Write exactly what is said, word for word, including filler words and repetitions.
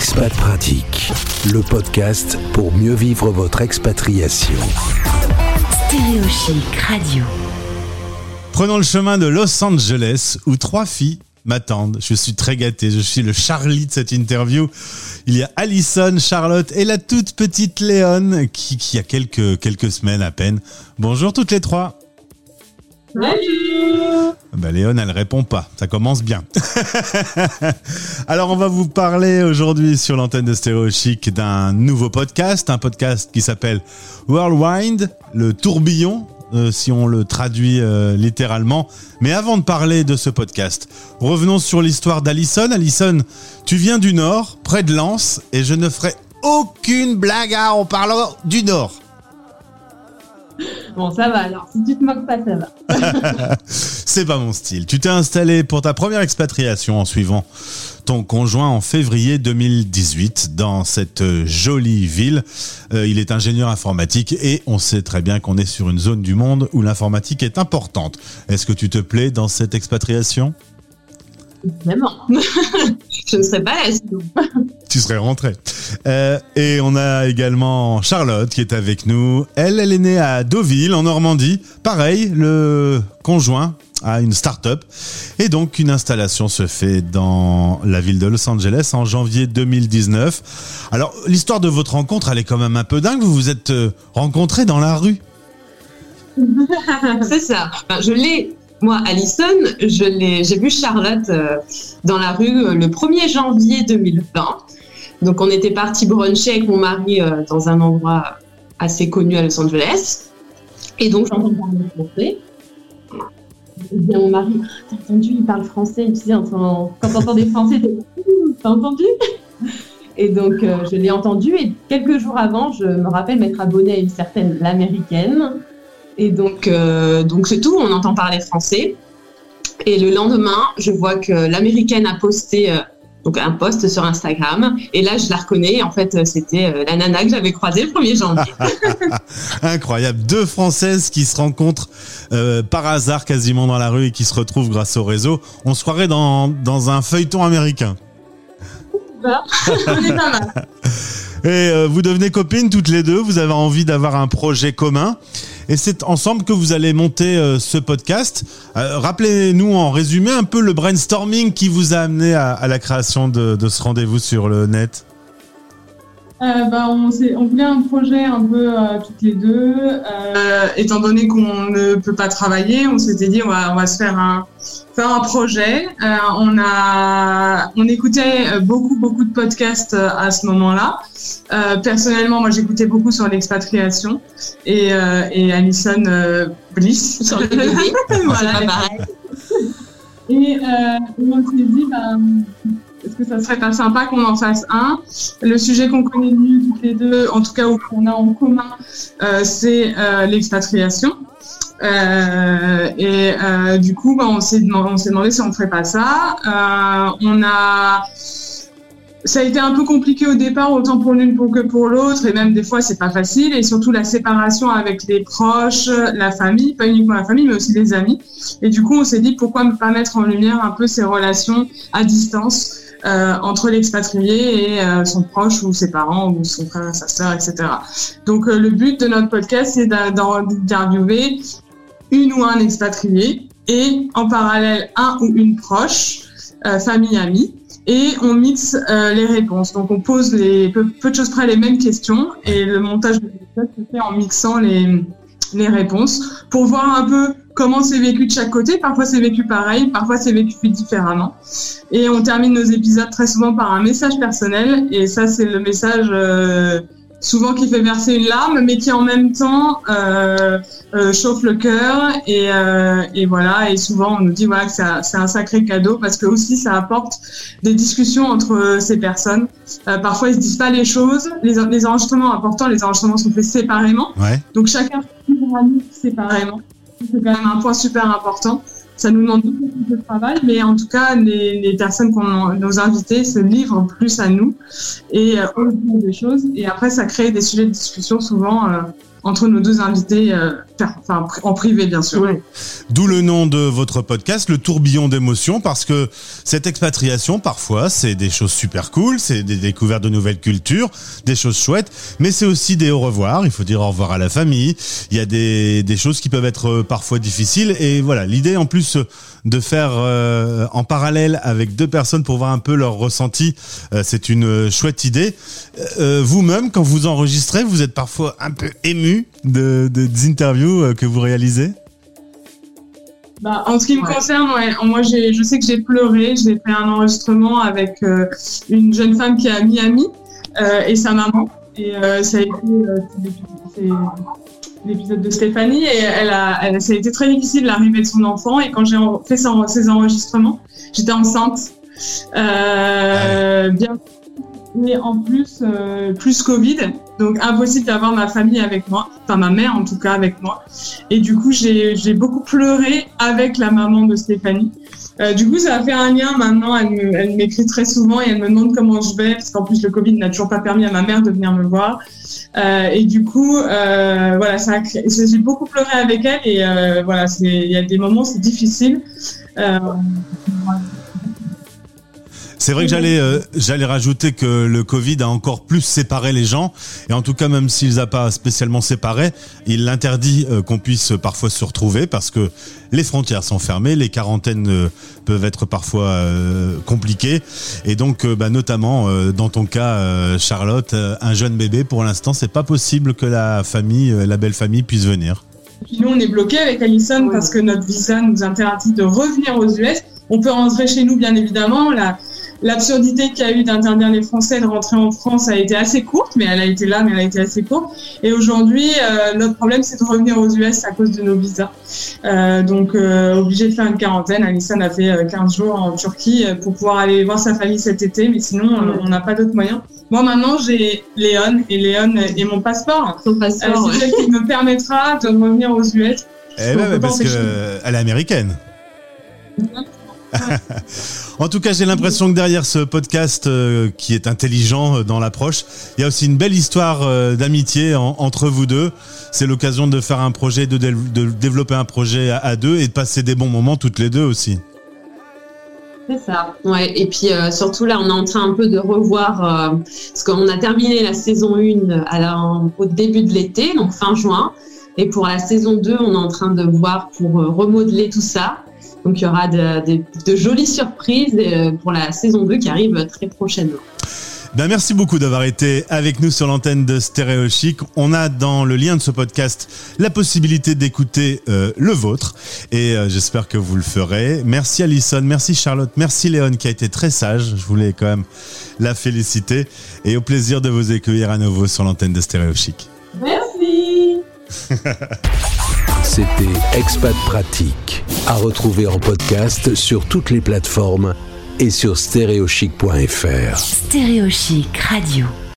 Expat Pratique, le podcast pour mieux vivre votre expatriation. Stéréo Chic Radio. Prenons le chemin de Los Angeles où trois filles m'attendent. Je suis très gâté, je suis le Charlie de cette interview. Il y a Alison, Charlotte et la toute petite Léon qui, qui a quelques, quelques semaines à peine. Bonjour toutes les trois. Salut. Bah Léon, elle répond pas. Ça commence bien. Alors, on va vous parler aujourd'hui sur l'antenne de Stéréo Chic d'un nouveau podcast, un podcast qui s'appelle Whirlwind, le tourbillon, euh, si on le traduit euh, littéralement. Mais avant de parler de ce podcast, revenons sur l'histoire d'Alison. Alison, tu viens du Nord, près de Lens, et je ne ferai aucune blague en parlant du Nord. Bon, ça va alors. Si tu te moques pas, ça va. C'est pas mon style. Tu t'es installé pour ta première expatriation en suivant ton conjoint en février deux mille dix-huit dans cette jolie ville. Euh, il est ingénieur informatique et on sait très bien qu'on est sur une zone du monde où l'informatique est importante. Est-ce que tu te plais dans cette expatriation ? Évidemment. Je ne serais pas là sinon. Tu serais rentré. Euh, et on a également Charlotte qui est avec nous. Elle, elle est née à Deauville, en Normandie. Pareil, le conjoint a une start-up. Et donc, une installation se fait dans la ville de Los Angeles en janvier deux mille dix-neuf. Alors, l'histoire de votre rencontre, elle est quand même un peu dingue. Vous vous êtes rencontrés dans la rue. C'est ça. Enfin, je l'ai... Moi, Alison, je l'ai, j'ai vu Charlotte euh, dans la rue euh, le premier janvier deux mille vingt. Donc, on était partis bruncher avec mon mari euh, dans un endroit assez connu à Los Angeles. Et donc, j'entends parler français. Et bien, mon mari, ah, t'as entendu, il parle français. Tu sais, quand t'entends des français, t'es, t'as entendu ? Et donc, euh, je l'ai entendu. Et quelques jours avant, je me rappelle m'être abonnée à une certaine l'américaine. Et donc, euh, donc c'est tout, on entend parler français. Et le lendemain, je vois que l'américaine a posté euh, donc un post sur Instagram. Et là, je la reconnais. En fait, c'était euh, la nana que j'avais croisée le premier janvier. Incroyable. Deux Françaises qui se rencontrent euh, par hasard quasiment dans la rue et qui se retrouvent grâce au réseau. On se croirait dans, dans un feuilleton américain. Voilà, on est pas mal. Et euh, vous devenez copines toutes les deux. Vous avez envie d'avoir un projet commun. Et c'est ensemble que vous allez monter euh, ce podcast. Euh, rappelez-nous en résumé un peu le brainstorming qui vous a amené à, à la création de, de ce rendez-vous sur le net. Euh, bah, on, s'est, on voulait un projet un peu euh, toutes les deux. Euh, étant donné qu'on ne peut pas travailler, on s'était dit on va, on va se faire un, faire un projet. Euh, on, a, on écoutait beaucoup, beaucoup de podcasts à ce moment-là. Euh, personnellement, moi j'écoutais beaucoup sur l'expatriation et, euh, et Alison euh, Bliss. Sur le bébé, voilà, c'est pas pareil. Et euh, on s'est dit, bah, est-ce que ça serait pas sympa qu'on en fasse un ? Le sujet qu'on connaît le mieux toutes les deux, en tout cas ou qu'on a en commun, euh, c'est euh, l'expatriation. Euh, et euh, du coup, bah, on s'est demandé, on s'est demandé si on ferait pas ça. Euh, on a, ça a été un peu compliqué au départ, autant pour l'une que pour l'autre, et même des fois c'est pas facile. Et surtout la séparation avec les proches, la famille, pas uniquement la famille, mais aussi les amis. Et du coup, on s'est dit pourquoi ne pas mettre en lumière un peu ces relations à distance. Euh, entre l'expatrié et euh, son proche ou ses parents ou son frère, sa sœur, et cetera. Donc euh, le but de notre podcast, c'est d'interviewer une ou un expatrié et en parallèle un ou une proche, euh, famille, amis, et on mixe euh, les réponses. Donc on pose les, peu, peu de choses près les mêmes questions et le montage de l'épisode se fait en mixant les, les réponses pour voir un peu comment c'est vécu de chaque côté. Parfois c'est vécu pareil, parfois c'est vécu différemment. Et on termine nos épisodes très souvent par un message personnel. Et ça, c'est le message euh, souvent qui fait verser une larme, mais qui en même temps euh, euh, chauffe le cœur. Et, euh, et voilà. Et souvent, on nous dit voilà que c'est un, c'est un sacré cadeau parce que aussi ça apporte des discussions entre ces personnes. Euh, parfois, ils se disent pas les choses. Les, les enregistrements importants, les enregistrements sont faits séparément. Ouais. Donc chacun se livre séparément. C'est quand même un point super important. Ça nous demande beaucoup de travail, mais en tout cas, les, les personnes qu'on nos invités se livrent plus à nous et euh, on dit des choses. Et après, ça crée des sujets de discussion souvent euh, entre nos deux invités euh, enfin en privé bien sûr. Ouais. D'où le nom de votre podcast, le tourbillon d'émotions, parce que cette expatriation, parfois, c'est des choses super cool, c'est des découvertes de nouvelles cultures, des choses chouettes, mais c'est aussi des au revoir. Il faut dire au revoir à la famille. Il y a des, des choses qui peuvent être parfois difficiles. Et voilà, l'idée en plus de faire euh, en parallèle avec deux personnes pour voir un peu leur ressenti, euh, c'est une chouette idée. Euh, vous-même, quand vous enregistrez, vous êtes parfois un peu ému de, de, des interviews que vous réalisez? Bah, en ce qui me Ouais. concerne, ouais, moi j'ai, je sais que j'ai pleuré. J'ai fait un enregistrement avec euh, une jeune femme qui est à Miami euh, et sa maman. Et euh, ça a été euh, c'est, c'est l'épisode de Stéphanie. Et elle a, elle, ça a été très difficile l'arrivée de son enfant. Et quand j'ai en, fait son, ces enregistrements, j'étais enceinte. Euh, bien. Mais en plus, euh, plus Covid, donc impossible d'avoir ma famille avec moi, enfin ma mère en tout cas avec moi. Et du coup, j'ai, j'ai beaucoup pleuré avec la maman de Stéphanie. Euh, du coup, ça a fait un lien maintenant. Elle, me, elle m'écrit très souvent et elle me demande comment je vais, parce qu'en plus le Covid n'a toujours pas permis à ma mère de venir me voir. Euh, et du coup, euh, voilà, ça a créé, j'ai beaucoup pleuré avec elle et euh, voilà, c'est, il y a des moments c'est difficile. Euh, voilà. C'est vrai que j'allais euh, j'allais rajouter que le Covid a encore plus séparé les gens, et en tout cas même s'il n'a pas spécialement séparé, il interdit euh, qu'on puisse parfois se retrouver parce que les frontières sont fermées, les quarantaines euh, peuvent être parfois euh, compliquées, et donc euh, bah, notamment euh, dans ton cas euh, Charlotte, euh, un jeune bébé, pour l'instant c'est pas possible que la famille, euh, la belle famille puisse venir. Puis nous on est bloqué avec Alison Oui. parce que notre visa nous interdit de revenir aux U S. On peut rentrer chez nous bien évidemment. La, L'absurdité qu'il y a eu d'interdire les Français de rentrer en France a été assez courte, mais elle a été là, mais elle a été assez courte. Et aujourd'hui, euh, notre problème, c'est de revenir aux U S à cause de nos visas. Euh, donc, euh, obligé de faire une quarantaine. Alison a fait euh, quinze jours en Turquie euh, pour pouvoir aller voir sa famille cet été, mais sinon, euh, on n'a pas d'autres moyens. Moi, maintenant, j'ai Léon, et Léon est mon passeport. Son Euh, passeport, c'est ouais. celle qui me permettra de revenir aux U S. Eh On ben, peut ouais, pas parce empêcher. qu'elle est américaine. En tout cas, j'ai l'impression que derrière ce podcast euh, qui est intelligent euh, dans l'approche, il y a aussi une belle histoire euh, d'amitié en, entre vous deux. C'est l'occasion de faire un projet, de, dé- de développer un projet à, à deux et de passer des bons moments toutes les deux aussi. C'est ça. Ouais. Et puis euh, surtout là, on est en train un peu de revoir, euh, parce qu'on a terminé la saison un à la, en- au début de l'été, donc fin juin. Et pour la saison deux, on est en train de voir pour euh, remodeler tout ça. Donc il y aura de, de, de jolies surprises euh, pour la saison deux qui arrive très prochainement. Ben, merci beaucoup d'avoir été avec nous sur l'antenne de Stéréo Chic. On a dans le lien de ce podcast la possibilité d'écouter euh, le vôtre et euh, j'espère que vous le ferez. Merci Alison, merci Charlotte, merci Léon qui a été très sage. Je voulais quand même la féliciter et au plaisir de vous accueillir à nouveau sur l'antenne de Stéréo Chic. Merci. C'était Expat Pratique, à retrouver en podcast sur toutes les plateformes et sur stéréochic point f r. Stéréo Chic Radio.